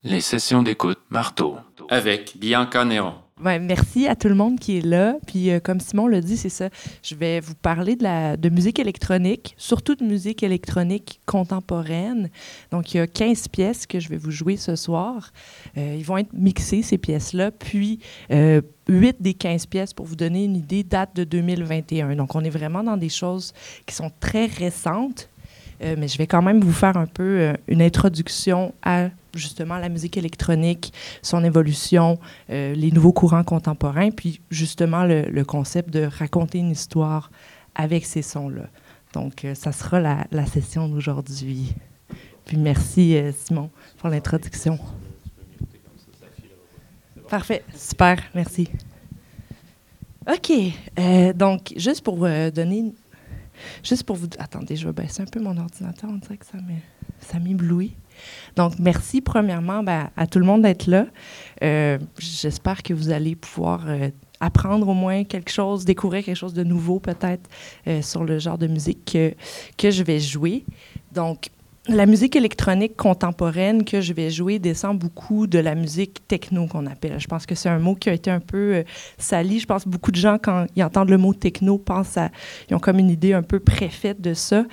Les sessions d'écoute marteau. Avec Bianca Néron. Ouais, merci à tout le monde qui est là. Puis, comme Simon l'a dit, c'est ça. Je vais vous parler de musique électronique, surtout de musique électronique contemporaine. Donc, il y a 15 pièces que je vais vous jouer ce soir. Ils vont être mixées, ces pièces-là. Puis, 8 des 15 pièces, pour vous donner une idée, datent de 2021. Donc, on est vraiment dans des choses qui sont très récentes. Mais je vais quand même vous faire un peu une introduction à justement la musique électronique, son évolution, les nouveaux courants contemporains, puis justement le concept de raconter une histoire avec ces sons-là. Donc, ça sera la session d'aujourd'hui. Puis merci, Simon, pour l'introduction. Parfait, super, merci. OK, donc, juste pour donner... Juste pour vous... Attendez, je vais baisser un peu mon ordinateur. On dirait que ça m'éblouit. Donc, merci premièrement à tout le monde d'être là. J'espère que vous allez pouvoir apprendre au moins quelque chose, découvrir quelque chose de nouveau peut-être sur le genre de musique que je vais jouer. Donc, la musique électronique contemporaine que je vais jouer descend beaucoup de la musique techno qu'on appelle. Je pense que c'est un mot qui a été un peu sali. Je pense que beaucoup de gens, quand ils entendent le mot techno, ils ont comme une idée un peu préfaite de ça.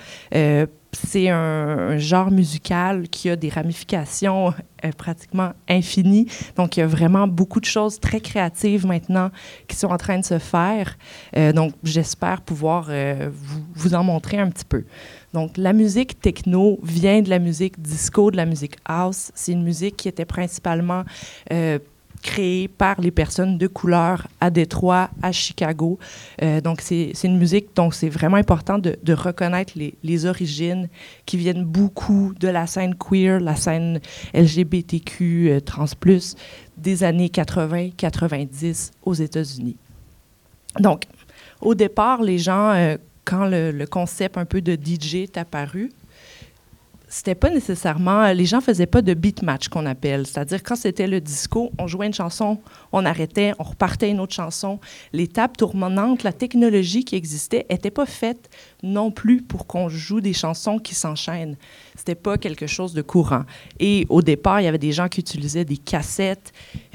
C'est un genre musical qui a des ramifications pratiquement infinies. Donc, il y a vraiment beaucoup de choses très créatives maintenant qui sont en train de se faire. Donc, j'espère pouvoir vous en montrer un petit peu. Donc, la musique techno vient de la musique disco, de la musique house. C'est une musique qui était principalement créée par les personnes de couleur à Détroit, à Chicago. Donc, c'est une musique dont c'est vraiment important de reconnaître les origines qui viennent beaucoup de la scène queer, la scène LGBTQ, trans+, des années 80-90 aux États-Unis. Donc, au départ, les gens... quand le concept un peu de DJ est apparu, c'était pas nécessairement... Les gens faisaient pas de beat match, qu'on appelle. C'est-à-dire, quand c'était le disco, on jouait une chanson, on arrêtait, on repartait une autre chanson. Les tables tournantes, la technologie qui existait, n'était pas faite non plus pour qu'on joue des chansons qui s'enchaînent. C'était pas quelque chose de courant. Et au départ, il y avait des gens qui utilisaient des cassettes.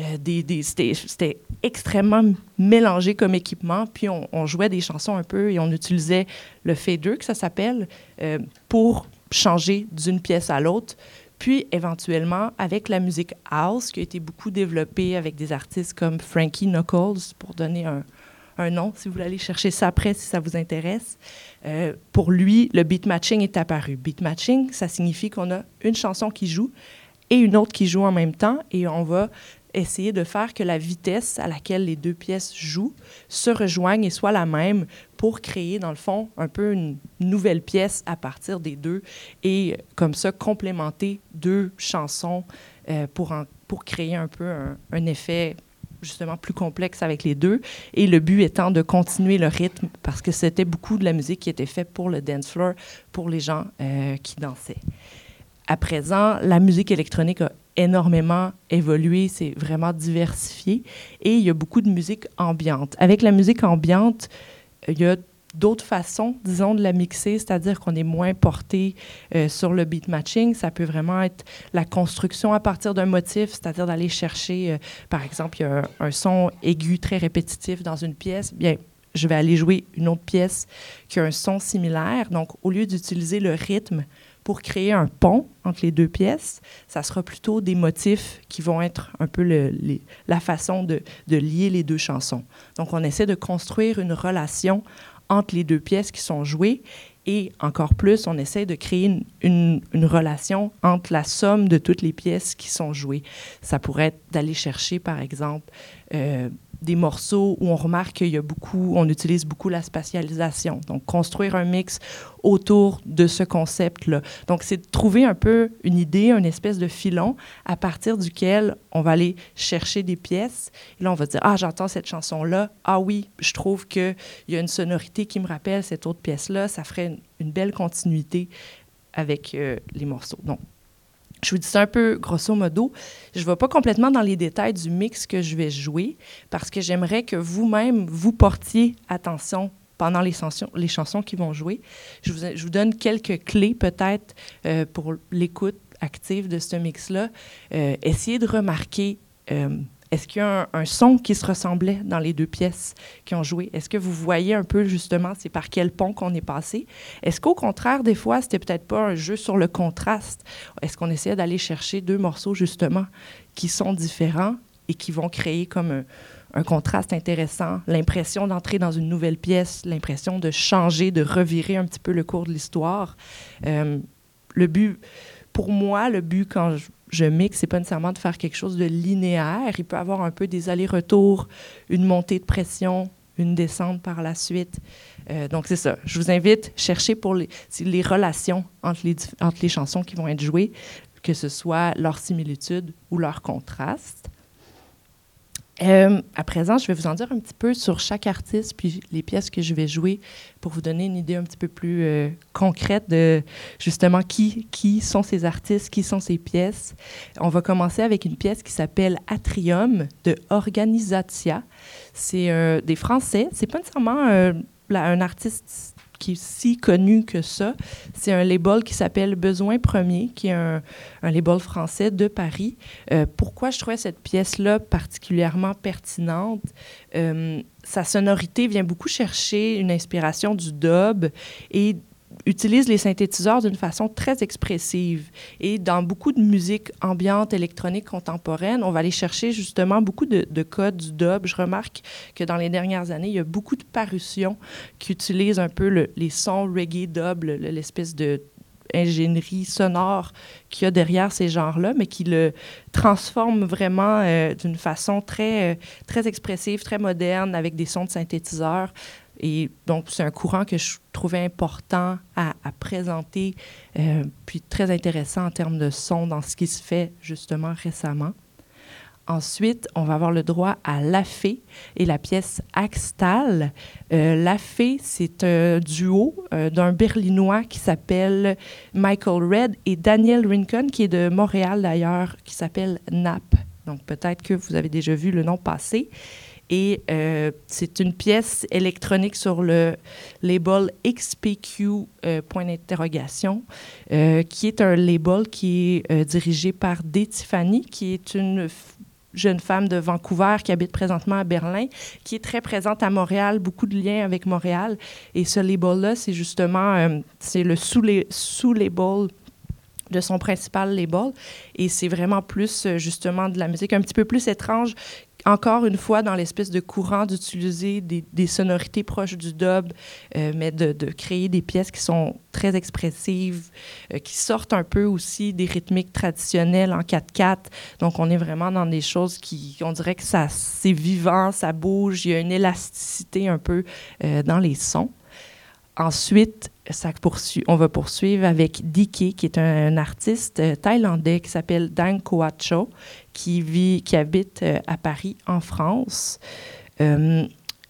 C'était extrêmement mélangé comme équipement. Puis on jouait des chansons un peu et on utilisait le fader, que ça s'appelle, pour changer d'une pièce à l'autre. Puis, éventuellement, avec la musique house, qui a été beaucoup développée avec des artistes comme Frankie Knuckles, pour donner un nom, si vous voulez aller chercher ça après, si ça vous intéresse. Pour lui, le beat matching est apparu. Beat matching, ça signifie qu'on a une chanson qui joue et une autre qui joue en même temps, et on va essayer de faire que la vitesse à laquelle les deux pièces jouent se rejoignent et soit la même pour créer, dans le fond, un peu une nouvelle pièce à partir des deux et comme ça complémenter deux chansons pour créer un peu un effet justement plus complexe avec les deux. Et le but étant de continuer le rythme parce que c'était beaucoup de la musique qui était faite pour le dance floor, pour les gens qui dansaient. À présent, la musique électronique a énormément évolué, c'est vraiment diversifié et il y a beaucoup de musique ambiante. Avec la musique ambiante, il y a d'autres façons, disons, de la mixer, c'est-à-dire qu'on est moins porté sur le beat matching. Ça peut vraiment être la construction à partir d'un motif, c'est-à-dire d'aller chercher, par exemple, il y a un son aigu très répétitif dans une pièce. Bien, je vais aller jouer une autre pièce qui a un son similaire. Donc, au lieu d'utiliser le rythme pour créer un pont entre les deux pièces, ça sera plutôt des motifs qui vont être un peu la façon de lier les deux chansons. Donc, on essaie de construire une relation entre les deux pièces qui sont jouées et encore plus, on essaie de créer une relation entre la somme de toutes les pièces qui sont jouées. Ça pourrait être d'aller chercher, par exemple, des morceaux où on remarque on utilise beaucoup la spatialisation. Donc, construire un mix autour de ce concept-là. Donc, c'est de trouver un peu une idée, une espèce de filon à partir duquel on va aller chercher des pièces. Et là, on va dire, ah, j'entends cette chanson-là. Ah oui, je trouve qu'il y a une sonorité qui me rappelle cette autre pièce-là. Ça ferait une belle continuité avec les morceaux. Donc, je vous dis ça un peu grosso modo. Je ne vais pas complètement dans les détails du mix que je vais jouer parce que j'aimerais que vous-même, vous portiez attention pendant les chansons qui vont jouer. Je vous donne quelques clés peut-être pour l'écoute active de ce mix-là, essayez de remarquer est-ce qu'il y a un son qui se ressemblait dans les deux pièces qui ont joué? Est-ce que vous voyez un peu, justement, c'est par quel pont qu'on est passé? Est-ce qu'au contraire, des fois, c'était peut-être pas un jeu sur le contraste? Est-ce qu'on essayait d'aller chercher deux morceaux, justement, qui sont différents et qui vont créer comme un contraste intéressant, l'impression d'entrer dans une nouvelle pièce, l'impression de changer, de revirer un petit peu le cours de l'histoire? Le but, pour moi, le but quand je mixe, c'est pas nécessairement de faire quelque chose de linéaire. Il peut y avoir un peu des allers-retours, une montée de pression, une descente par la suite. Donc, c'est ça. Je vous invite à chercher pour les relations entre les chansons qui vont être jouées, que ce soit leur similitude ou leur contraste. À présent, je vais vous en dire un petit peu sur chaque artiste puis les pièces que je vais jouer pour vous donner une idée un petit peu plus concrète de justement qui sont ces artistes, qui sont ces pièces. On va commencer avec une pièce qui s'appelle Atrium de Organizatia. C'est des Français. C'est pas nécessairement un artiste qui est si connu que ça. C'est un label qui s'appelle Besoin Premier, qui est un label français de Paris. Pourquoi je trouvais cette pièce-là particulièrement pertinente? Sa sonorité vient beaucoup chercher une inspiration du dub et utilise les synthétiseurs d'une façon très expressive. Et dans beaucoup de musique ambiante, électronique contemporaine, on va aller chercher justement beaucoup de codes du dub. Je remarque que dans les dernières années, il y a beaucoup de parutions qui utilisent un peu les sons reggae dub, l'espèce de ingénierie sonore qu'il y a derrière ces genres-là, mais qui le transforme vraiment d'une façon très, très expressive, très moderne, avec des sons de synthétiseurs. Et donc, c'est un courant que je trouvais important à présenter, puis très intéressant en termes de son dans ce qui se fait justement récemment. Ensuite, on va avoir le droit à La Fée et la pièce Axtal. La Fée, c'est un duo d'un Berlinois qui s'appelle Michael Red et Daniel Rincon, qui est de Montréal d'ailleurs, qui s'appelle Nap. Donc, peut-être que vous avez déjà vu le nom passer. Et c'est une pièce électronique sur le label XPQ, point d'interrogation, qui est un label qui est dirigé par Dee Tiffany, qui est une jeune femme de Vancouver qui habite présentement à Berlin, qui est très présente à Montréal, beaucoup de liens avec Montréal. Et ce label-là, c'est justement c'est le sous-label de son principal label. Et c'est vraiment plus, justement, de la musique un petit peu plus étrange, encore une fois, dans l'espèce de courant d'utiliser des sonorités proches du dub, mais de créer des pièces qui sont très expressives, qui sortent un peu aussi des rythmiques traditionnelles en 4/4. Donc, on est vraiment dans des choses on dirait que c'est vivant, ça bouge, il y a une élasticité un peu dans les sons. Ensuite, on va poursuivre avec DK, qui est un artiste thaïlandais qui s'appelle Dang Koacho, qui habite à Paris, en France. Il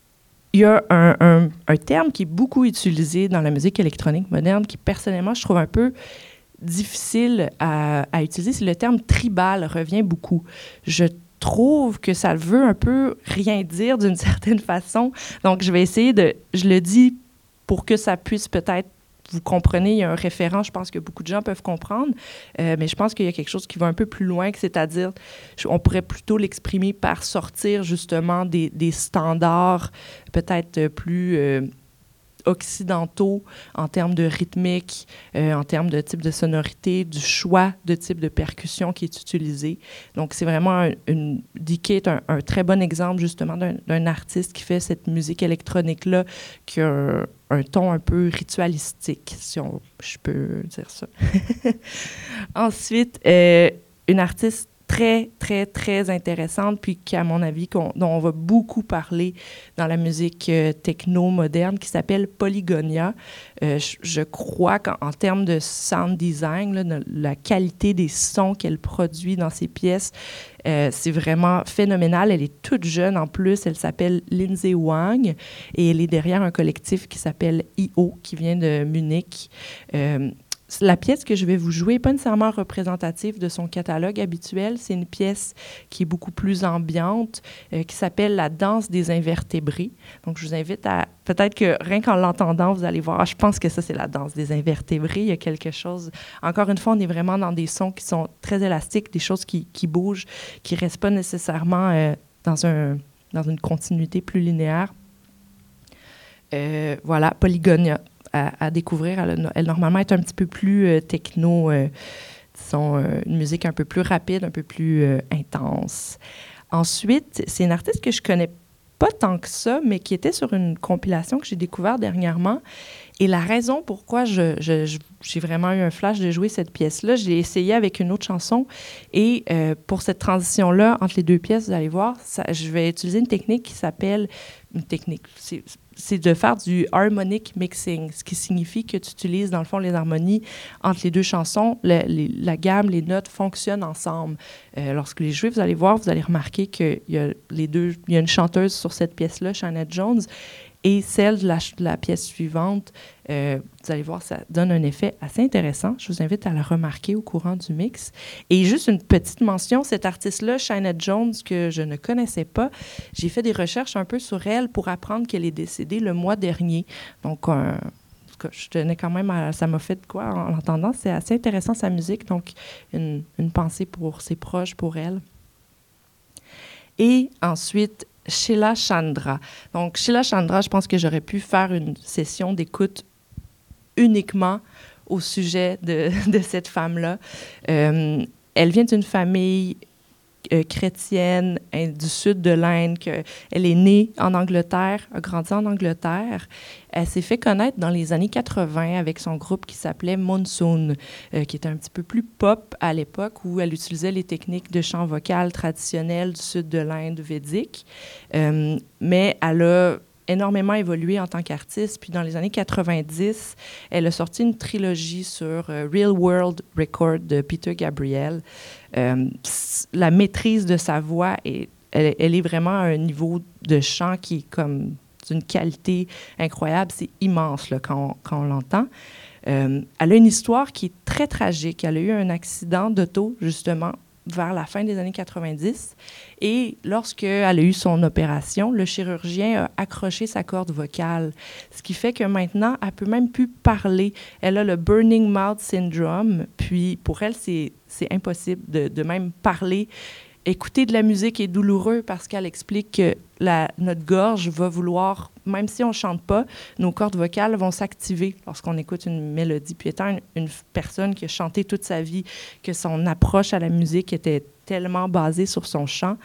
y a un terme qui est beaucoup utilisé dans la musique électronique moderne, qui personnellement, je trouve un peu difficile à utiliser. C'est le terme tribal, revient beaucoup. Je trouve que ça veut un peu rien dire d'une certaine façon. Donc, je vais essayer je le dis pour que ça puisse peut-être, vous comprenez, il y a un référent, je pense que beaucoup de gens peuvent comprendre, mais je pense qu'il y a quelque chose qui va un peu plus loin, c'est-à-dire, on pourrait plutôt l'exprimer par sortir justement des standards peut-être plus occidentaux en termes de rythmique, en termes de type de sonorité, du choix de type de percussion qui est utilisé. Donc, c'est vraiment DK est un très bon exemple justement d'un artiste qui fait cette musique électronique-là qui a un ton un peu ritualistique, si je peux dire ça. Ensuite, une artiste très, très, très intéressante, puis qui, à mon avis, dont on va beaucoup parler dans la musique techno moderne, qui s'appelle Polygonia. Je crois qu'en termes de sound design, là, la qualité des sons qu'elle produit dans ses pièces, c'est vraiment phénoménal. Elle est toute jeune en plus. Elle s'appelle Lindsay Wang et elle est derrière un collectif qui s'appelle I.O., qui vient de Munich. la pièce que je vais vous jouer n'est pas nécessairement représentative de son catalogue habituel. C'est une pièce qui est beaucoup plus ambiante, qui s'appelle La danse des invertébrés. Donc, je vous invite à... Peut-être que rien qu'en l'entendant, vous allez voir, je pense que ça, c'est la danse des invertébrés. Il y a quelque chose... Encore une fois, on est vraiment dans des sons qui sont très élastiques, des choses qui bougent, qui ne restent pas nécessairement dans une continuité plus linéaire. Voilà, Polygonia. À découvrir. Elle, normalement, est un petit peu plus techno, disons, une musique un peu plus rapide, un peu plus intense. Ensuite, c'est une artiste que je connais pas tant que ça, mais qui était sur une compilation que j'ai découverte dernièrement. Et la raison pourquoi j'ai vraiment eu un flash de jouer cette pièce-là, je l'ai essayé avec une autre chanson. Et pour cette transition-là, entre les deux pièces, vous allez voir, je vais utiliser une technique qui s'appelle... Une technique, c'est de faire du harmonic mixing, ce qui signifie que tu utilises, dans le fond, les harmonies entre les deux chansons. La gamme, les notes fonctionnent ensemble. Lorsque les jouez, vous allez voir, vous allez remarquer qu'il y a il y a une chanteuse sur cette pièce-là, Shanna Jones, et celle de la pièce suivante. Vous allez voir, ça donne un effet assez intéressant. Je vous invite à la remarquer au courant du mix. Et juste une petite mention, cette artiste-là, Shanna Jones, que je ne connaissais pas, j'ai fait des recherches un peu sur elle pour apprendre qu'elle est décédée le mois dernier. Donc, je tenais quand même à... Ça m'a fait de quoi en l'entendant. C'est assez intéressant, sa musique. Donc, une pensée pour ses proches, pour elle. Et ensuite... Sheila Chandra. Donc, Sheila Chandra, je pense que j'aurais pu faire une session d'écoute uniquement au sujet de cette femme-là. Elle vient d'une famille chrétienne du sud de l'Inde. Elle est née en Angleterre, a grandi en Angleterre. Elle s'est fait connaître dans les années 80 avec son groupe qui s'appelait Monsoon, qui était un petit peu plus pop à l'époque, où elle utilisait les techniques de chant vocal traditionnelles du sud de l'Inde védique. Mais elle a énormément évolué en tant qu'artiste. Puis dans les années 90, elle a sorti une trilogie sur Real World Record de Peter Gabriel. La maîtrise de sa voix, elle est vraiment à un niveau de chant qui est comme d'une qualité incroyable. C'est immense là, quand on l'entend. Elle a une histoire qui est très tragique. Elle a eu un accident d'auto, justement, vers la fin des années 90. Et lorsqu'elle a eu son opération, le chirurgien a accroché sa corde vocale, ce qui fait que maintenant, elle peut même plus parler. Elle a le burning mouth syndrome, puis pour elle, c'est impossible de même parler. Écouter de la musique est douloureux parce qu'elle explique que notre gorge va vouloir, même si on ne chante pas, nos cordes vocales vont s'activer lorsqu'on écoute une mélodie. Puis étant une personne qui a chanté toute sa vie, que son approche à la musique était tellement basée sur son chant,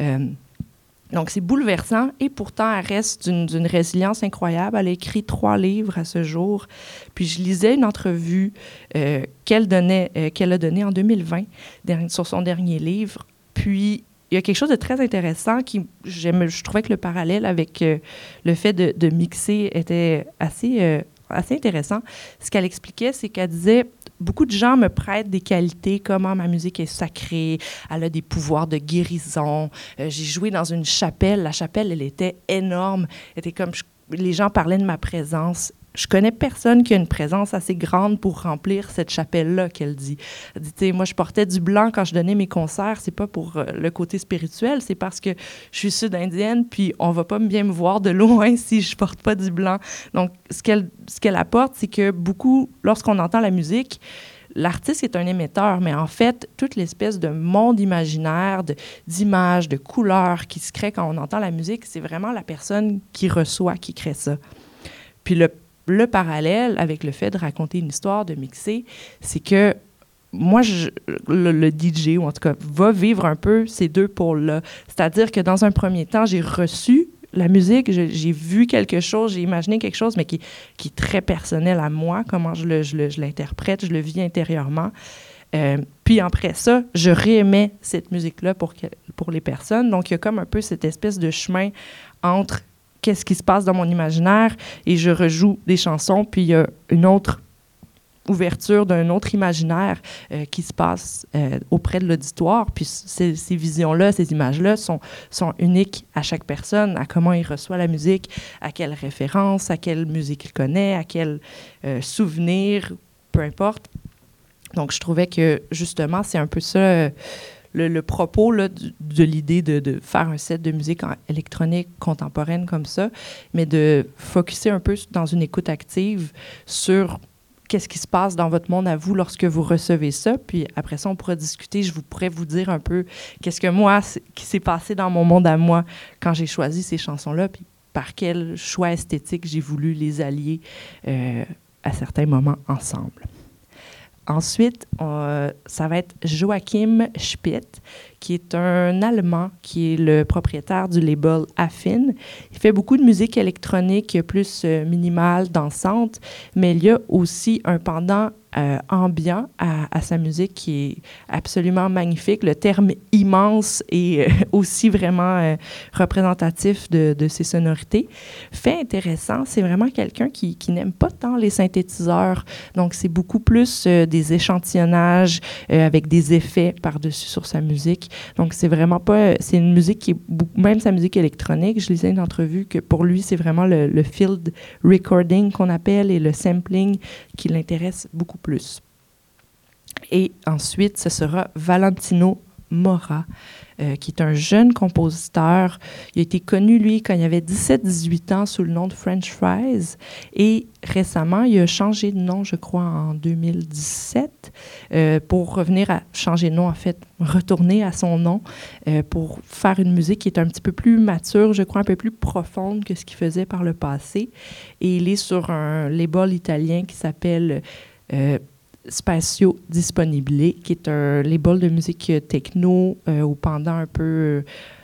donc c'est bouleversant et pourtant elle reste d'une résilience incroyable. Elle a écrit 3 livres à ce jour. Puis je lisais une entrevue qu'elle a donnée en 2020 sur son dernier livre. Puis, il y a quelque chose de très intéressant je trouvais que le parallèle avec le fait de mixer était assez intéressant. Ce qu'elle expliquait, c'est qu'elle disait « Beaucoup de gens me prêtent des qualités, comment ma musique est sacrée, elle a des pouvoirs de guérison. J'ai joué dans une chapelle. La chapelle, elle était énorme. Les gens parlaient de ma présence. Je connais personne qui a une présence assez grande pour remplir cette chapelle-là, qu'elle dit. Elle dit, tu sais, moi, je portais du blanc quand je donnais mes concerts. C'est pas pour le côté spirituel, c'est parce que je suis sud-indienne, puis on va pas bien me voir de loin si je porte pas du blanc. Donc, ce qu'elle apporte, c'est que beaucoup, lorsqu'on entend la musique, l'artiste est un émetteur, mais en fait, toute l'espèce de monde imaginaire, d'images, de couleurs qui se crée quand on entend la musique, c'est vraiment la personne qui reçoit, qui crée ça. Puis le parallèle avec le fait de raconter une histoire, de mixer, c'est que moi, le DJ, ou en tout cas, va vivre un peu ces deux pôles-là. C'est-à-dire que dans un premier temps, j'ai reçu la musique, j'ai vu quelque chose, j'ai imaginé quelque chose, mais qui est très personnel à moi, comment je l'interprète, je le vis intérieurement. Puis après ça, je réémets cette musique-là pour les personnes. Donc, il y a comme un peu cette espèce de chemin entre qu'est-ce qui se passe dans mon imaginaire et je rejoue des chansons, puis il y a une autre ouverture d'un autre imaginaire qui se passe auprès de l'auditoire. Puis ces visions-là, ces images-là sont uniques à chaque personne, à comment il reçoit la musique, à quelle référence, à quelle musique il connaît, à quel souvenir, peu importe. Donc, je trouvais que, justement, c'est un peu ça le propos là, de l'idée de faire un set de musique électronique contemporaine comme ça, mais de focusser un peu dans une écoute active sur qu'est-ce qui se passe dans votre monde à vous lorsque vous recevez ça. Puis après ça, on pourra discuter. Je pourrais vous dire un peu qu'est-ce que moi, qui s'est passé dans mon monde à moi quand j'ai choisi ces chansons-là, puis par quel choix esthétique j'ai voulu les allier à certains moments ensemble. Ensuite, ça va être Joachim Spitt, qui est un Allemand, qui est le propriétaire du label Affin. Il fait beaucoup de musique électronique plus minimale, dansante, mais il y a aussi un pendant ambiant à sa musique qui est absolument magnifique. Le terme immense est aussi vraiment représentatif de ses sonorités. Fait intéressant, c'est vraiment quelqu'un qui n'aime pas tant les synthétiseurs. Donc, c'est beaucoup plus des échantillonnages avec des effets par-dessus sur sa musique. Donc, c'est vraiment pas... C'est une musique qui est... Même sa musique électronique, je lisais une entrevue que pour lui, c'est vraiment le field recording qu'on appelle et le sampling qui l'intéresse beaucoup plus. Et ensuite, ce sera Valentino Mora, qui est un jeune compositeur. Il a été connu, lui, quand il avait 17-18 ans sous le nom de French Fries. Et récemment, il a changé de nom, je crois, en 2017, pour revenir à changer de nom, en fait, retourner à son nom, pour faire une musique qui est un petit peu plus mature, je crois, un peu plus profonde que ce qu'il faisait par le passé. Et il est sur un label italien qui s'appelle Spazio Disponibile, qui est un label de musique techno au pendant un peu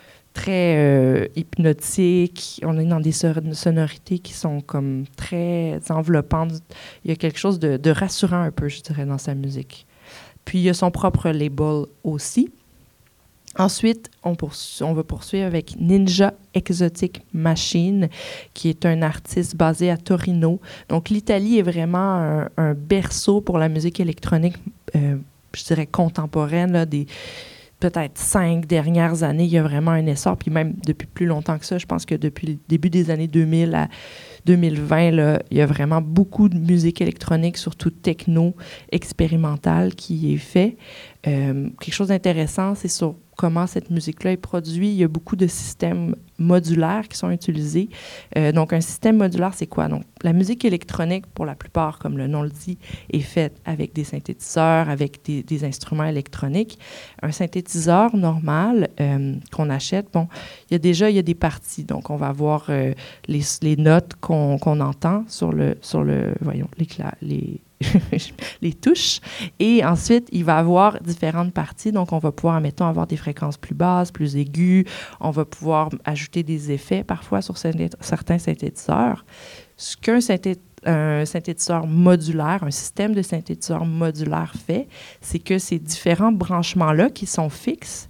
très hypnotique. On est dans des sonorités qui sont comme très enveloppantes. Il y a quelque chose de rassurant un peu, je dirais, dans sa musique. Puis il y a son propre label aussi. Ensuite, on va poursuivre avec Ninja Exotic Machine, qui est un artiste basé à Torino. Donc, l'Italie est vraiment un berceau pour la musique électronique, je dirais contemporaine, là, des peut-être 5 dernières années. Il y a vraiment un essor, puis même depuis plus longtemps que ça. Je pense que depuis le début des années 2000 à 2020, là, il y a vraiment beaucoup de musique électronique, surtout techno, expérimentale, qui est fait. Quelque chose d'intéressant, c'est sur comment cette musique-là est produite. Il y a beaucoup de systèmes modulaires qui sont utilisés. Donc, un système modulaire, c'est quoi? Donc, la musique électronique, pour la plupart, comme le nom le dit, est faite avec des synthétiseurs, avec des instruments électroniques. Un synthétiseur normal qu'on achète, bon, il y a des parties. Donc, on va avoir les notes qu'on entend sur le voyons, les touches. Et ensuite, il va avoir différentes parties. Donc, on va pouvoir, admettons, avoir des fréquences plus basses, plus aiguës. On va pouvoir ajouter des effets, parfois, sur certains synthétiseurs. Ce qu'un synthétiseur modulaire, un système de synthétiseur modulaire fait, c'est que ces différents branchements-là, qui sont fixes,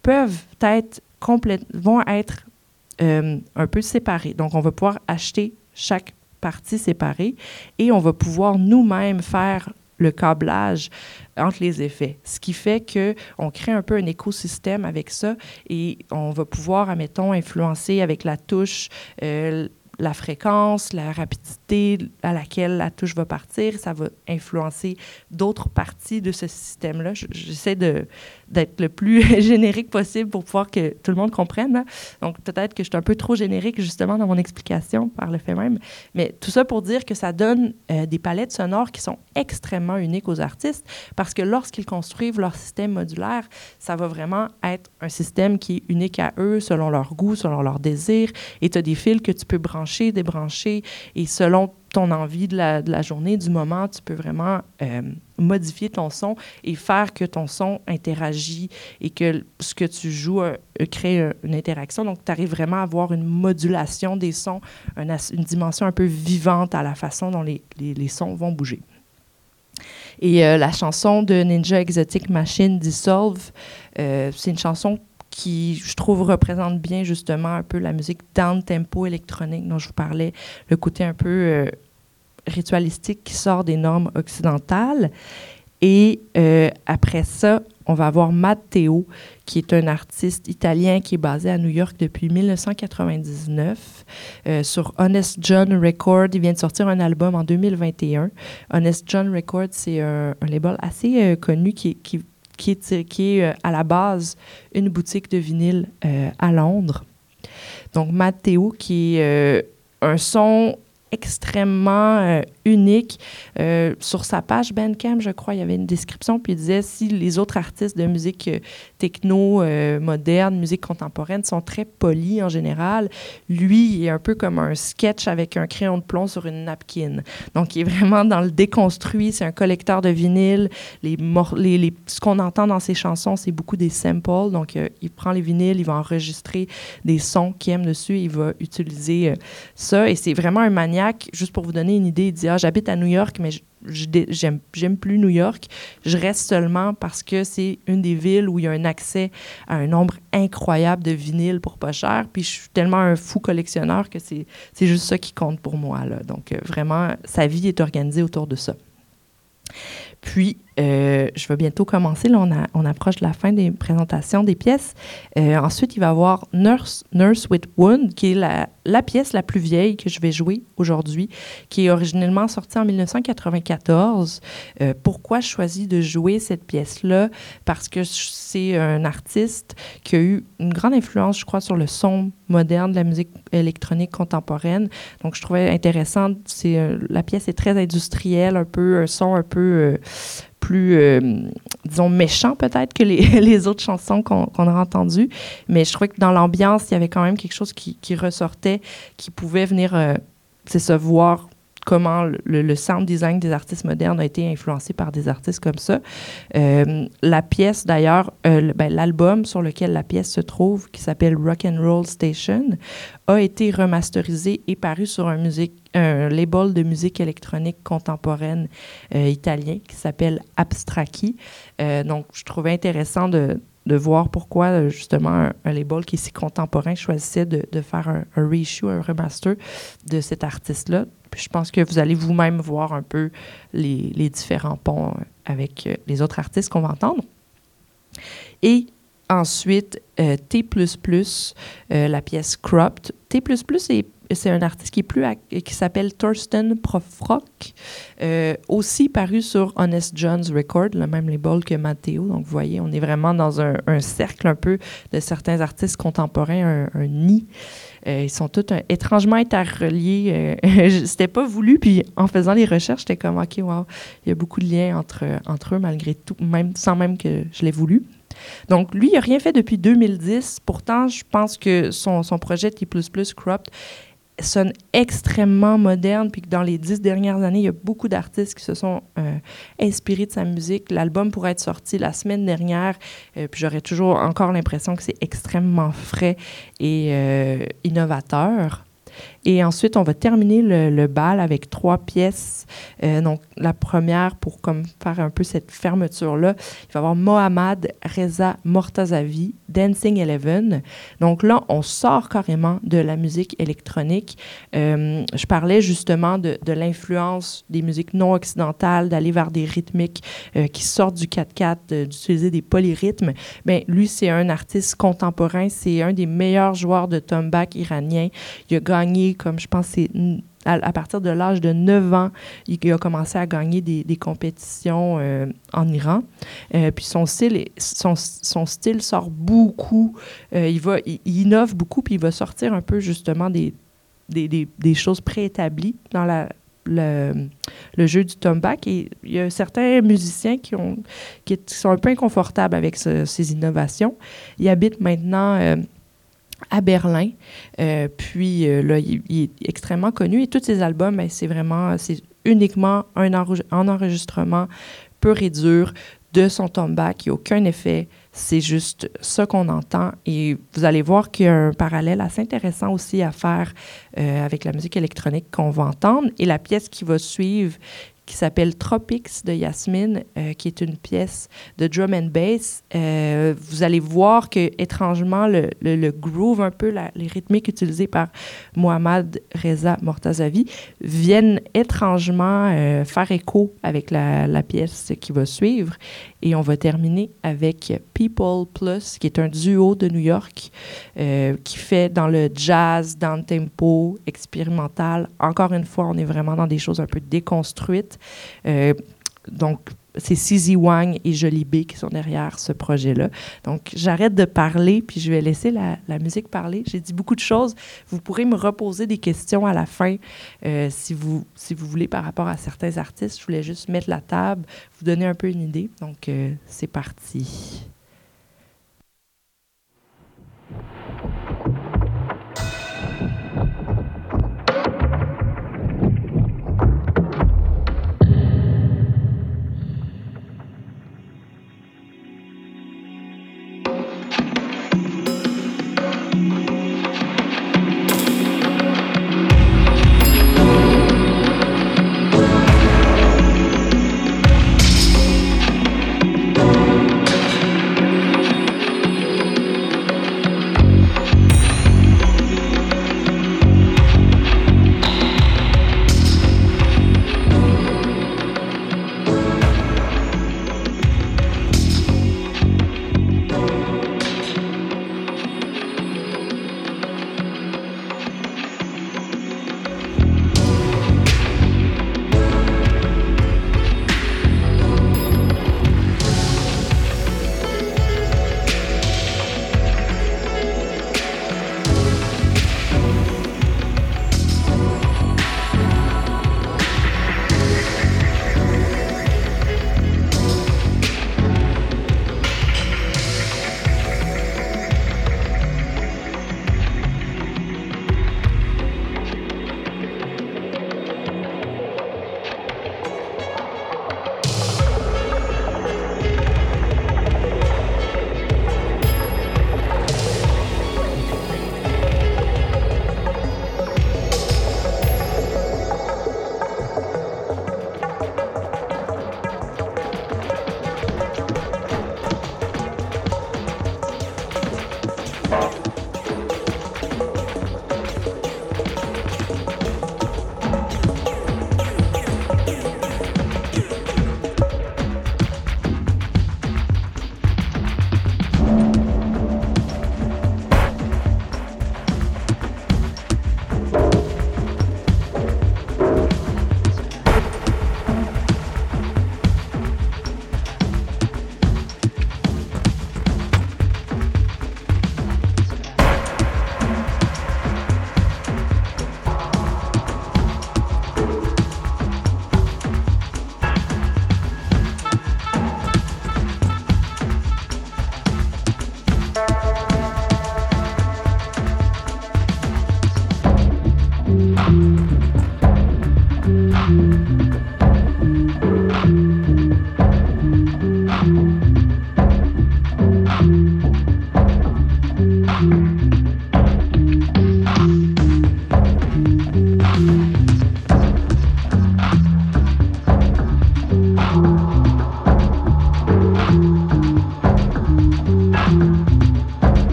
vont être un peu séparés. Donc, on va pouvoir acheter chaque partie séparée et on va pouvoir nous-mêmes faire le câblage entre les effets. Ce qui fait qu'on crée un peu un écosystème avec ça et on va pouvoir, admettons, influencer avec la touche la fréquence, la rapidité à laquelle la touche va partir. Ça va influencer d'autres parties de ce système-là. J'essaie d'être le plus générique possible pour pouvoir que tout le monde comprenne. Hein. Donc, peut-être que je suis un peu trop générique, justement, dans mon explication, par le fait même. Mais tout ça pour dire que ça donne des palettes sonores qui sont extrêmement uniques aux artistes parce que lorsqu'ils construisent leur système modulaire, ça va vraiment être un système qui est unique à eux, selon leur goût, selon leur désir. Et tu as des fils que tu peux brancher, débrancher, et selon ton envie de la journée, du moment, tu peux vraiment modifier ton son et faire que ton son interagit et que ce que tu joues crée une interaction. Donc, tu arrives vraiment à avoir une modulation des sons, une dimension un peu vivante à la façon dont les sons vont bouger. Et la chanson de Ninja Exotic Machine, Dissolve, c'est une chanson qui, je trouve, représente bien justement un peu la musique down-tempo électronique dont je vous parlais, le côté un peu ritualistique qui sort des normes occidentales. Et après ça, on va avoir Matteo, qui est un artiste italien qui est basé à New York depuis 1999. Sur Honest John Records, il vient de sortir un album en 2021. Honest John Records, c'est un label assez connu qui est à la base une boutique de vinyle à Londres. Donc, Matteo, qui est un son extrêmement unique. Sur sa page Bandcamp, je crois, il y avait une description, puis il disait si les autres artistes de musique techno, moderne, musique contemporaine sont très polis en général, lui, il est un peu comme un sketch avec un crayon de plomb sur une napkin. Donc, il est vraiment dans le déconstruit. C'est un collecteur de vinyle. Ce qu'on entend dans ses chansons, c'est beaucoup des samples. Donc, il prend les vinyles, il va enregistrer des sons qu'il aime dessus, il va utiliser ça. Et c'est vraiment un maniaque. Juste pour vous donner une idée, il dit « Ah, j'habite à New York, mais j'aime plus New York. Je reste seulement parce que c'est une des villes où il y a un accès à un nombre incroyable de vinyles pour pas cher. Puis je suis tellement un fou collectionneur que c'est juste ça qui compte pour moi, là. Donc, vraiment, sa vie est organisée autour de ça. Puis, je vais bientôt commencer. Là, on approche de la fin des présentations des pièces. Ensuite, il va y avoir Nurse with Wound, qui est la pièce la plus vieille que je vais jouer aujourd'hui, qui est originellement sortie en 1994. Pourquoi je choisis de jouer cette pièce-là? Parce que c'est un artiste qui a eu une grande influence, je crois, sur le son moderne de la musique électronique contemporaine. Donc, je trouvais intéressant. La pièce est très industrielle, un son un peu plus, disons, méchant peut-être que les autres chansons qu'on a entendues. Mais je trouvais que dans l'ambiance, il y avait quand même quelque chose qui ressortait, qui pouvait venir, voir comment le sound design des artistes modernes a été influencé par des artistes comme ça. La pièce, d'ailleurs, l'album sur lequel la pièce se trouve, qui s'appelle Rock and Roll Station, a été remasterisé et paru sur un label de musique électronique contemporaine italien qui s'appelle Abstracchi. Donc, je trouvais intéressant de voir pourquoi, justement, un label qui est si contemporain choisissait de faire un reissue, un remaster de cet artiste-là. Puis je pense que vous allez vous-même voir un peu les différents ponts avec les autres artistes qu'on va entendre. Et ensuite, T++, la pièce Cropped. T++, c'est un artiste qui s'appelle Thorsten Profrock, aussi paru sur Honest John's Record, le même label que Matteo. Donc, vous voyez, on est vraiment dans un cercle un peu de certains artistes contemporains, un nid. Ils sont tous étrangement interreliés. C'était pas voulu, puis en faisant les recherches, j'étais comme, OK, wow, il y a beaucoup de liens entre eux malgré tout, sans même que je l'ai voulu. Donc, lui, il n'a rien fait depuis 2010. Pourtant, je pense que son projet T++ Cropped sonne extrêmement moderne, puis que dans les 10 dernières années, il y a beaucoup d'artistes qui se sont inspirés de sa musique. L'album pourrait être sorti la semaine dernière, puis j'aurais toujours encore l'impression que c'est extrêmement frais et innovateur. Et ensuite, on va terminer le bal avec 3 pièces. Donc, la première, pour comme faire un peu cette fermeture-là, il va y avoir Mohammad Reza Mortazavi, Dancing Eleven. Donc là, on sort carrément de la musique électronique. Je parlais justement de l'influence des musiques non occidentales, d'aller vers des rythmiques qui sortent du 4/4, d'utiliser des polyrythmes. Bien, lui, c'est un artiste contemporain. C'est un des meilleurs joueurs de tombak iranien. Il a gagné, comme je pense, c'est à partir de l'âge de 9 ans, il a commencé à gagner des compétitions en Iran. Puis son style sort beaucoup. Il innove beaucoup, puis il va sortir un peu justement des choses préétablies dans le jeu du tombak. Et il y a certains musiciens qui sont un peu inconfortables avec ces innovations. Il habite maintenant à Berlin. Puis là, il est extrêmement connu. Et tous ses albums, c'est uniquement un enregistrement pur et dur de son tombak. Il n'y a aucun effet. C'est juste ça qu'on entend. Et vous allez voir qu'il y a un parallèle assez intéressant aussi à faire avec la musique électronique qu'on va entendre. Et la pièce qui va suivre, qui s'appelle Tropics de Yasmine, qui est une pièce de drum and bass. Vous allez voir que, étrangement, le groove, un peu, les rythmiques utilisées par Mohammad Reza Mortazavi viennent étrangement faire écho avec la pièce qui va suivre. Et on va terminer avec People Plus, qui est un duo de New York qui fait dans le jazz, dans le tempo, expérimental. Encore une fois, on est vraiment dans des choses un peu déconstruites. Donc, c'est CZ Wang et Jolie B qui sont derrière ce projet-là. Donc, j'arrête de parler, puis je vais laisser la musique parler. J'ai dit beaucoup de choses. Vous pourrez me reposer des questions à la fin si vous voulez par rapport à certains artistes. Je voulais juste mettre la table, vous donner un peu une idée. Donc, c'est parti.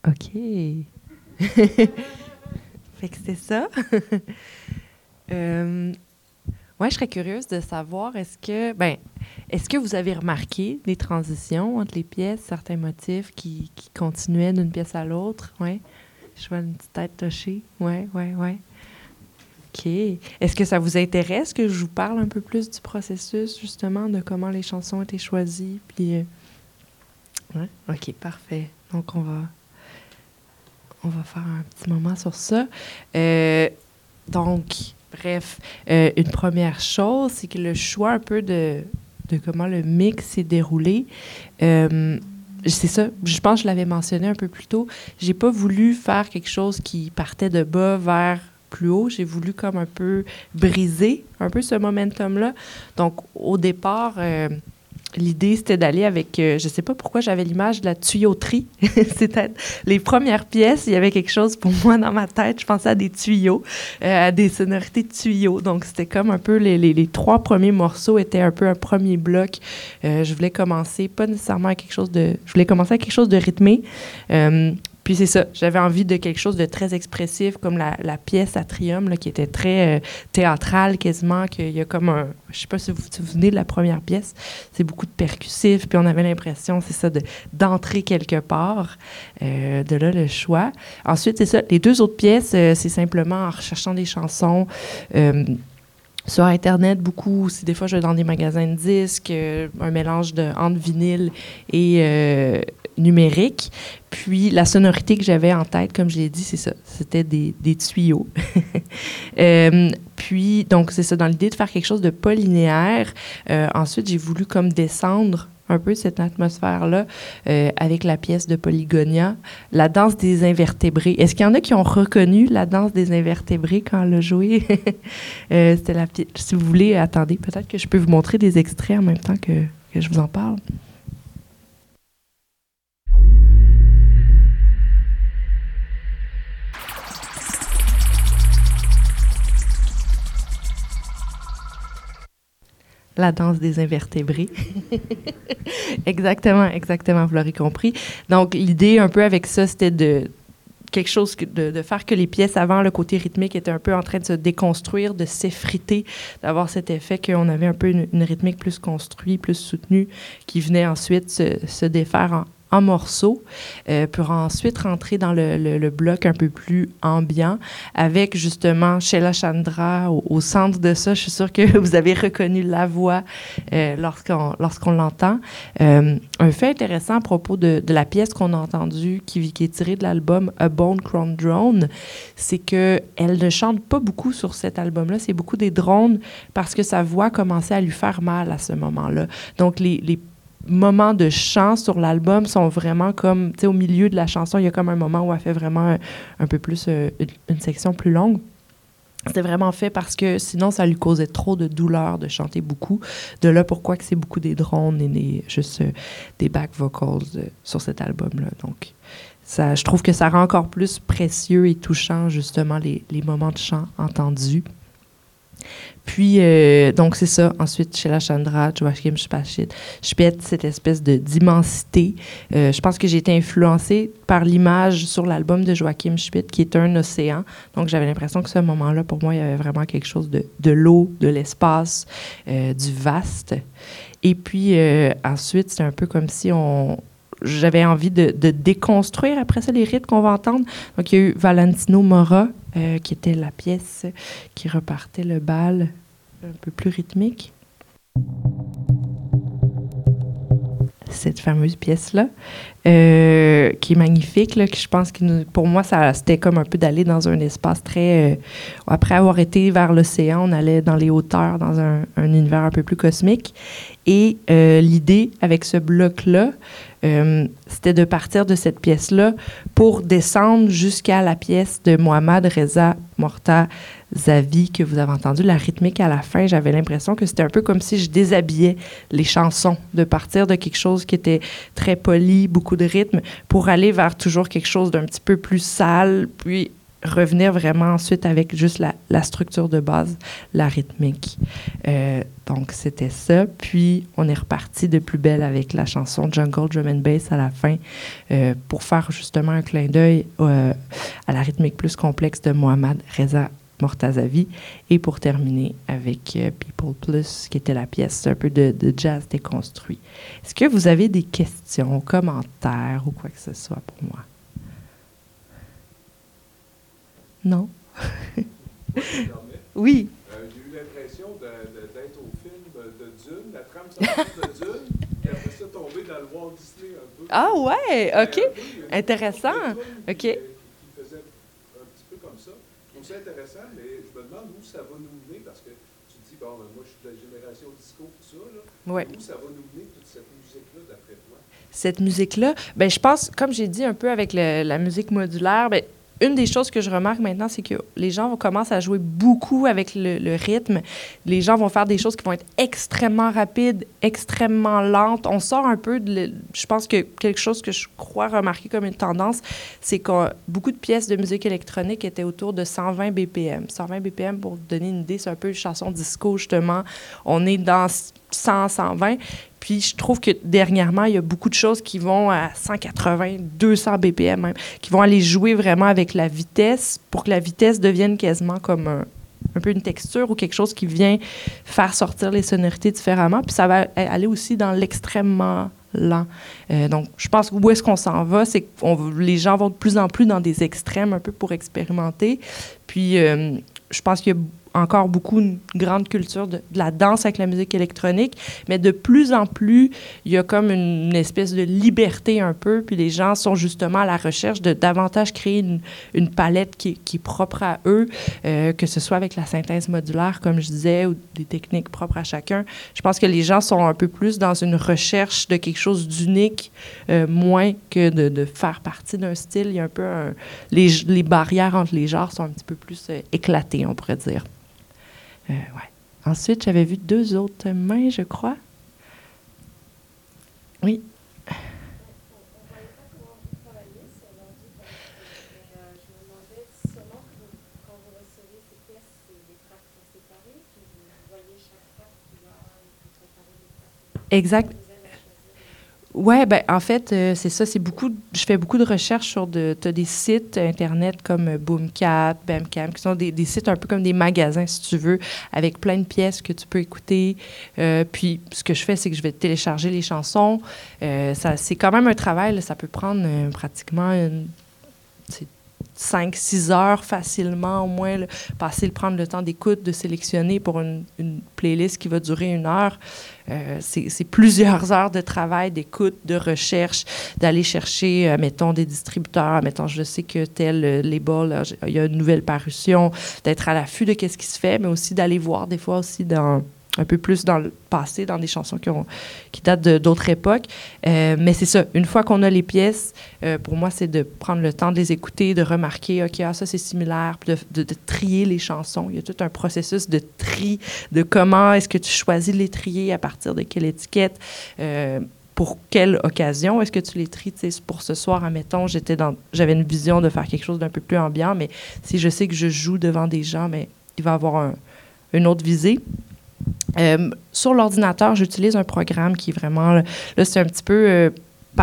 OK. Fait que c'est ça. Ouais, je serais curieuse de savoir, est-ce que vous avez remarqué des transitions entre les pièces, certains motifs qui continuaient d'une pièce à l'autre? Ouais. Je vois une petite tête tochée. Ouais. OK. Est-ce que ça vous intéresse que je vous parle un peu plus du processus, justement, de comment les chansons ont été choisies? Puis, ouais? OK, parfait. Donc, on va faire un petit moment sur ça. Donc, bref, une première chose, c'est que le choix un peu de comment le mix s'est déroulé, c'est ça, je pense que je l'avais mentionné un peu plus tôt, j'ai pas voulu faire quelque chose qui partait de bas vers plus haut, j'ai voulu comme un peu briser un peu ce momentum-là. Donc, au départ, l'idée, c'était d'aller avec, je sais pas pourquoi j'avais l'image de la tuyauterie. C'était les premières pièces, il y avait quelque chose pour moi dans ma tête. Je pensais à des tuyaux, à des sonorités de tuyaux. Donc, c'était comme un peu les 3 premiers morceaux étaient un peu un premier bloc. Je voulais commencer, pas nécessairement à quelque chose de... Je voulais commencer à quelque chose de rythmé. Puis c'est ça, j'avais envie de quelque chose de très expressif, comme la pièce Atrium, là, qui était très théâtrale quasiment, qu'il y a comme un... Je sais pas si vous vous souvenez de la première pièce, c'est beaucoup de percussif, puis on avait l'impression, c'est ça, d'entrer quelque part. De là, le choix. Ensuite, c'est ça, les 2 autres pièces, c'est simplement en recherchant des chansons... sur Internet, beaucoup aussi. Des fois, je vais dans des magasins de disques, un mélange entre vinyle et numérique. Puis, la sonorité que j'avais en tête, comme je l'ai dit, c'est ça. C'était des tuyaux. Puis, donc, c'est ça, dans l'idée de faire quelque chose de pas linéaire. Ensuite, j'ai voulu comme descendre un peu cette atmosphère-là avec la pièce de Polygonia, la danse des invertébrés. Est-ce qu'il y en a qui ont reconnu la danse des invertébrés quand elle a joué? C'était la pièce. Si vous voulez, attendez, peut-être que je peux vous montrer des extraits en même temps que je vous en parle. La danse des invertébrés. Exactement, vous l'aurez compris. Donc, l'idée un peu avec ça, c'était de quelque chose de faire que les pièces avant, le côté rythmique était un peu en train de se déconstruire, de s'effriter, d'avoir cet effet qu'on avait un peu une rythmique plus construite, plus soutenue, qui venait ensuite se défaire en morceaux, pour ensuite rentrer dans le bloc un peu plus ambiant, avec justement Sheila Chandra au centre de ça. Je suis sûre que vous avez reconnu la voix lorsqu'on l'entend. Un fait intéressant à propos de la pièce qu'on a entendue, qui est tirée de l'album A Bone Crown Drone, c'est qu'elle ne chante pas beaucoup sur cet album-là. C'est beaucoup des drones parce que sa voix commençait à lui faire mal à ce moment-là. Donc, les moments de chant sur l'album sont vraiment comme, tu sais, au milieu de la chanson, il y a comme un moment où elle fait vraiment un peu plus, une section plus longue. C'était vraiment fait parce que sinon, ça lui causait trop de douleur de chanter beaucoup. De là, pourquoi que c'est beaucoup des drones et juste des back vocals sur cet album-là. Donc, ça, je trouve que ça rend encore plus précieux et touchant, justement, les moments de chant entendus. Puis, donc, c'est ça. Ensuite, Sheila Chandra, Joachim Schpet, cette espèce d'immensité. Je pense que j'ai été influencée par l'image sur l'album de Joachim Schpet, qui est un océan. Donc, j'avais l'impression que ce moment-là, pour moi, il y avait vraiment quelque chose de l'eau, de l'espace, du vaste. Et puis, ensuite, c'est un peu comme si j'avais envie de déconstruire après ça les rythmes qu'on va entendre. Donc, il y a eu Valentino Mora, qui était la pièce qui repartait le bal un peu plus rythmique. Cette fameuse pièce-là, qui est magnifique, là, que je pense que pour moi, c'était comme un peu d'aller dans un espace très... après avoir été vers l'océan, on allait dans les hauteurs, dans un univers un peu plus cosmique. Et l'idée avec ce bloc-là, c'était de partir de cette pièce-là pour descendre jusqu'à la pièce de Mohammad Reza Mortazavi que vous avez entendu, la rythmique à la fin. J'avais l'impression que c'était un peu comme si je déshabillais les chansons, de partir de quelque chose qui était très poli, beaucoup de rythme, pour aller vers toujours quelque chose d'un petit peu plus sale, puis revenir vraiment ensuite avec juste la structure de base, la rythmique. Donc, c'était ça. Puis, on est reparti de plus belle avec la chanson Jungle Drum and Bass à la fin pour faire justement un clin d'œil à la rythmique plus complexe de Mohammad Reza Mortazavi. Et pour terminer avec People Plus, qui était la pièce un peu de jazz déconstruit. Est-ce que vous avez des questions, commentaires ou quoi que ce soit pour moi? Non? Oui. J'ai eu l'impression d'être au film de Dune, la trame sonore de Dune, et après ça tomber dans le Walt Disney un peu. Ah ouais, OK. Peu, Intéressant. OK. Qui faisait un petit peu comme ça. Je trouve ça intéressant, mais je me demande où ça va nous mener, parce que tu dis, bon, moi je suis de la génération disco, tout ça, là. Ouais. Où ça va nous mener, toute cette musique-là, d'après toi? Cette musique-là, ben je pense, comme j'ai dit un peu avec la musique modulaire, ben une des choses que je remarque maintenant, c'est que les gens commencent à jouer beaucoup avec le rythme. Les gens vont faire des choses qui vont être extrêmement rapides, extrêmement lentes. On sort un peu je pense que quelque chose que je crois remarquer comme une tendance, c'est que beaucoup de pièces de musique électronique étaient autour de 120 BPM. 120 BPM, pour vous donner une idée, c'est un peu une chanson disco, justement. On est dans 100, 120. Puis je trouve que dernièrement, il y a beaucoup de choses qui vont à 180, 200 BPM même, qui vont aller jouer vraiment avec la vitesse pour que la vitesse devienne quasiment comme un peu une texture ou quelque chose qui vient faire sortir les sonorités différemment. Puis ça va aller aussi dans l'extrêmement lent. Donc, je pense que où est-ce qu'on s'en va, c'est que les gens vont de plus en plus dans des extrêmes un peu pour expérimenter. Puis, je pense qu'il y a encore beaucoup une grande culture de la danse avec la musique électronique, mais de plus en plus, il y a comme une espèce de liberté un peu, puis les gens sont justement à la recherche de davantage créer une palette qui est propre à eux, que ce soit avec la synthèse modulaire, comme je disais, ou des techniques propres à chacun. Je pense que les gens sont un peu plus dans une recherche de quelque chose d'unique, moins que de faire partie d'un style. Il y a un peu les barrières entre les genres sont un petit peu plus éclatées, on pourrait dire. Ouais. Ensuite, j'avais vu 2 autres mains, je crois. Oui. On ne voyait pas comment vous travaillez sur l'ordi, mais je me demandais sûrement que quand vous recevez ces pièces, les tracks sont séparés, puis vous voyez chaque track qui va vous préparer les tracks. Exact. Ouais, ben en fait, c'est ça, je fais beaucoup de recherches sur t'as des sites Internet comme Boomcat, Bandcamp, qui sont des sites un peu comme des magasins, si tu veux, avec plein de pièces que tu peux écouter. Puis, ce que je fais, c'est que je vais télécharger les chansons. C'est quand même un travail, là, ça peut prendre pratiquement 5-6 heures facilement, au moins, là, prendre le temps d'écoute, de sélectionner pour une playlist qui va durer 1 heure. C'est plusieurs heures de travail, d'écoute, de recherche, d'aller chercher, mettons, des distributeurs. Mettons, je sais que tel label, il y a une nouvelle parution, d'être à l'affût de qu'est-ce qui se fait, mais aussi d'aller voir des fois aussi un peu plus dans le passé, dans des chansons qui datent d'autres époques. Mais c'est ça, une fois qu'on a les pièces, pour moi, c'est de prendre le temps de les écouter, de remarquer, OK, ça, c'est similaire, puis de trier les chansons. Il y a tout un processus de tri, de comment est-ce que tu choisis de les trier, à partir de quelle étiquette, pour quelle occasion est-ce que tu les tries. Pour ce soir, admettons, j'avais une vision de faire quelque chose d'un peu plus ambiant, mais si je sais que je joue devant des gens, mais il va avoir une autre visée. Sur l'ordinateur, j'utilise un programme qui est vraiment... Là, c'est un petit peu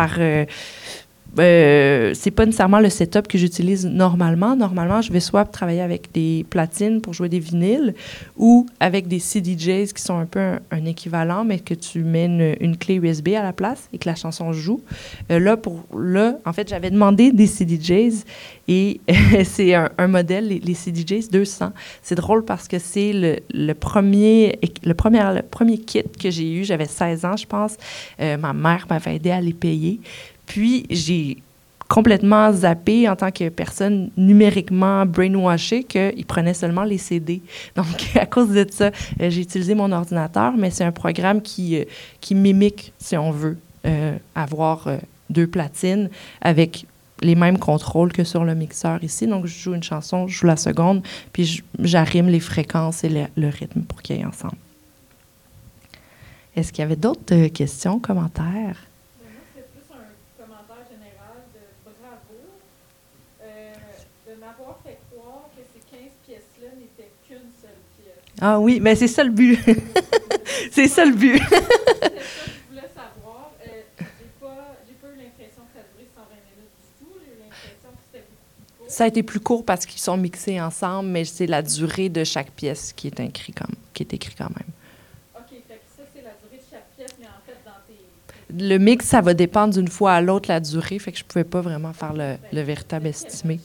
c'est pas nécessairement le setup que j'utilise normalement. Normalement, je vais soit travailler avec des platines pour jouer des vinyles ou avec des CDJs qui sont un peu un équivalent, mais que tu mets une clé USB à la place et que la chanson joue. En fait, j'avais demandé des CDJs et c'est un modèle, les CDJs 200. C'est drôle parce que c'est le premier kit que j'ai eu. J'avais 16 ans, je pense. Ma mère m'avait aidé à les payer. Puis, j'ai complètement zappé en tant que personne numériquement brainwashée qu'ils prenaient seulement les CD. Donc, à cause de ça, j'ai utilisé mon ordinateur, mais c'est un programme qui mimique, si on veut, avoir 2 platines avec les mêmes contrôles que sur le mixeur ici. Donc, je joue une chanson, je joue la seconde, puis j'arrime les fréquences et le rythme pour qu'ils aillent ensemble. Est-ce qu'il y avait d'autres questions, commentaires? De m'avoir fait savoir que ces 15 pièces-là n'étaient qu'une seule pièce. Ah oui, mais c'est ça le but. C'est ça le but. C'est ça que je voulais savoir. J'ai pas eu l'impression que ça durait 120 minutes du tout. J'ai eu l'impression que c'était beaucoup plus court. Ça a été plus court parce qu'ils sont mixés ensemble, mais c'est la durée de chaque pièce qui est écrit quand même. OK, fait que ça, c'est la durée de chaque pièce, mais en fait, dans tes... Le mix, ça va dépendre d'une fois à l'autre, la durée, fait que je pouvais pas vraiment faire le véritable estimé.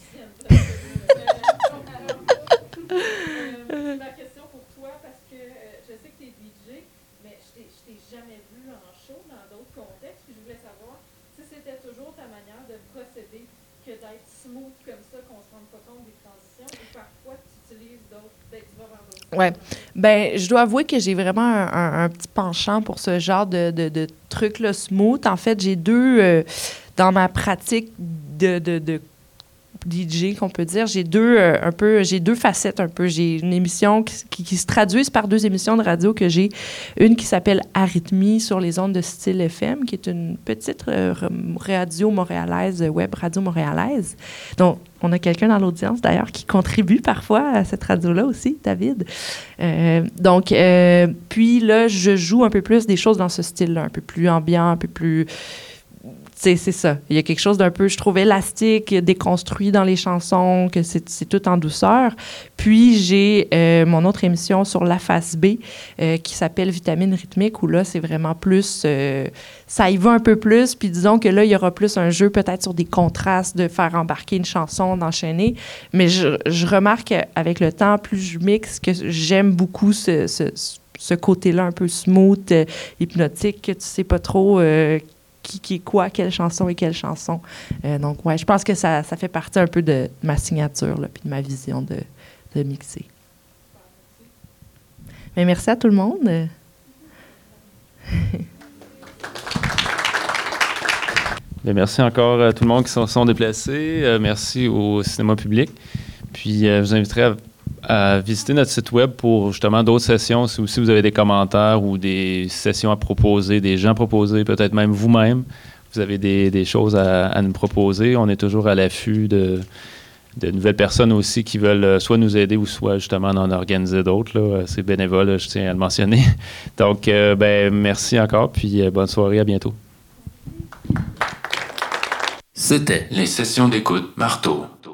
Ma question pour toi, parce que je sais que tu es DJ, mais je t'ai jamais vu en show dans d'autres contextes. Puis je voulais savoir si c'était toujours ta manière de procéder que d'être smooth comme ça, qu'on se rende pas compte des transitions, ou parfois tu utilises d'autres, tu vas vers d'autres. Ouais. Ben, je dois avouer que j'ai vraiment un petit penchant pour ce genre de trucs-là smooth. En fait, j'ai deux, dans ma pratique de DJ, qu'on peut dire, j'ai deux facettes un peu. J'ai une émission qui se traduisent par deux émissions de radio que j'ai. Une qui s'appelle Arythmie sur les ondes de Style FM, qui est une petite radio montréalaise, web radio montréalaise. Donc, on a quelqu'un dans l'audience, d'ailleurs, qui contribue parfois à cette radio-là aussi, David. Puis là, je joue un peu plus des choses dans ce style-là, un peu plus ambiant, un peu plus... C'est ça. Il y a quelque chose d'un peu, je trouve, élastique, déconstruit dans les chansons, que c'est tout en douceur. Puis, j'ai mon autre émission sur la face B qui s'appelle Vitamine rythmique, où là, c'est vraiment plus... ça y va un peu plus. Puis, disons que là, il y aura plus un jeu peut-être sur des contrastes, de faire embarquer une chanson, d'enchaîner. Mais je remarque avec le temps, plus je mixe, que j'aime beaucoup ce côté-là un peu smooth, hypnotique, que tu sais pas trop... qui est quoi, quelle chanson et quelle chanson. Donc, ouais, je pense que ça fait partie un peu de ma signature, là, puis de ma vision de mixer. Mais merci à tout le monde. Bien, merci encore à tout le monde qui se sont déplacés. Merci au cinéma public. Puis, je vous inviterai à visiter notre site web pour justement d'autres sessions. Si aussi vous avez des commentaires ou des sessions à proposer, des gens proposés, peut-être même vous-même, vous avez des choses à nous proposer. On est toujours à l'affût de nouvelles personnes aussi qui veulent soit nous aider ou soit justement en organiser d'autres. Là. C'est bénévole, là, je tiens à le mentionner. Donc, merci encore, puis bonne soirée, à bientôt. C'était les sessions d'écoute Marteau.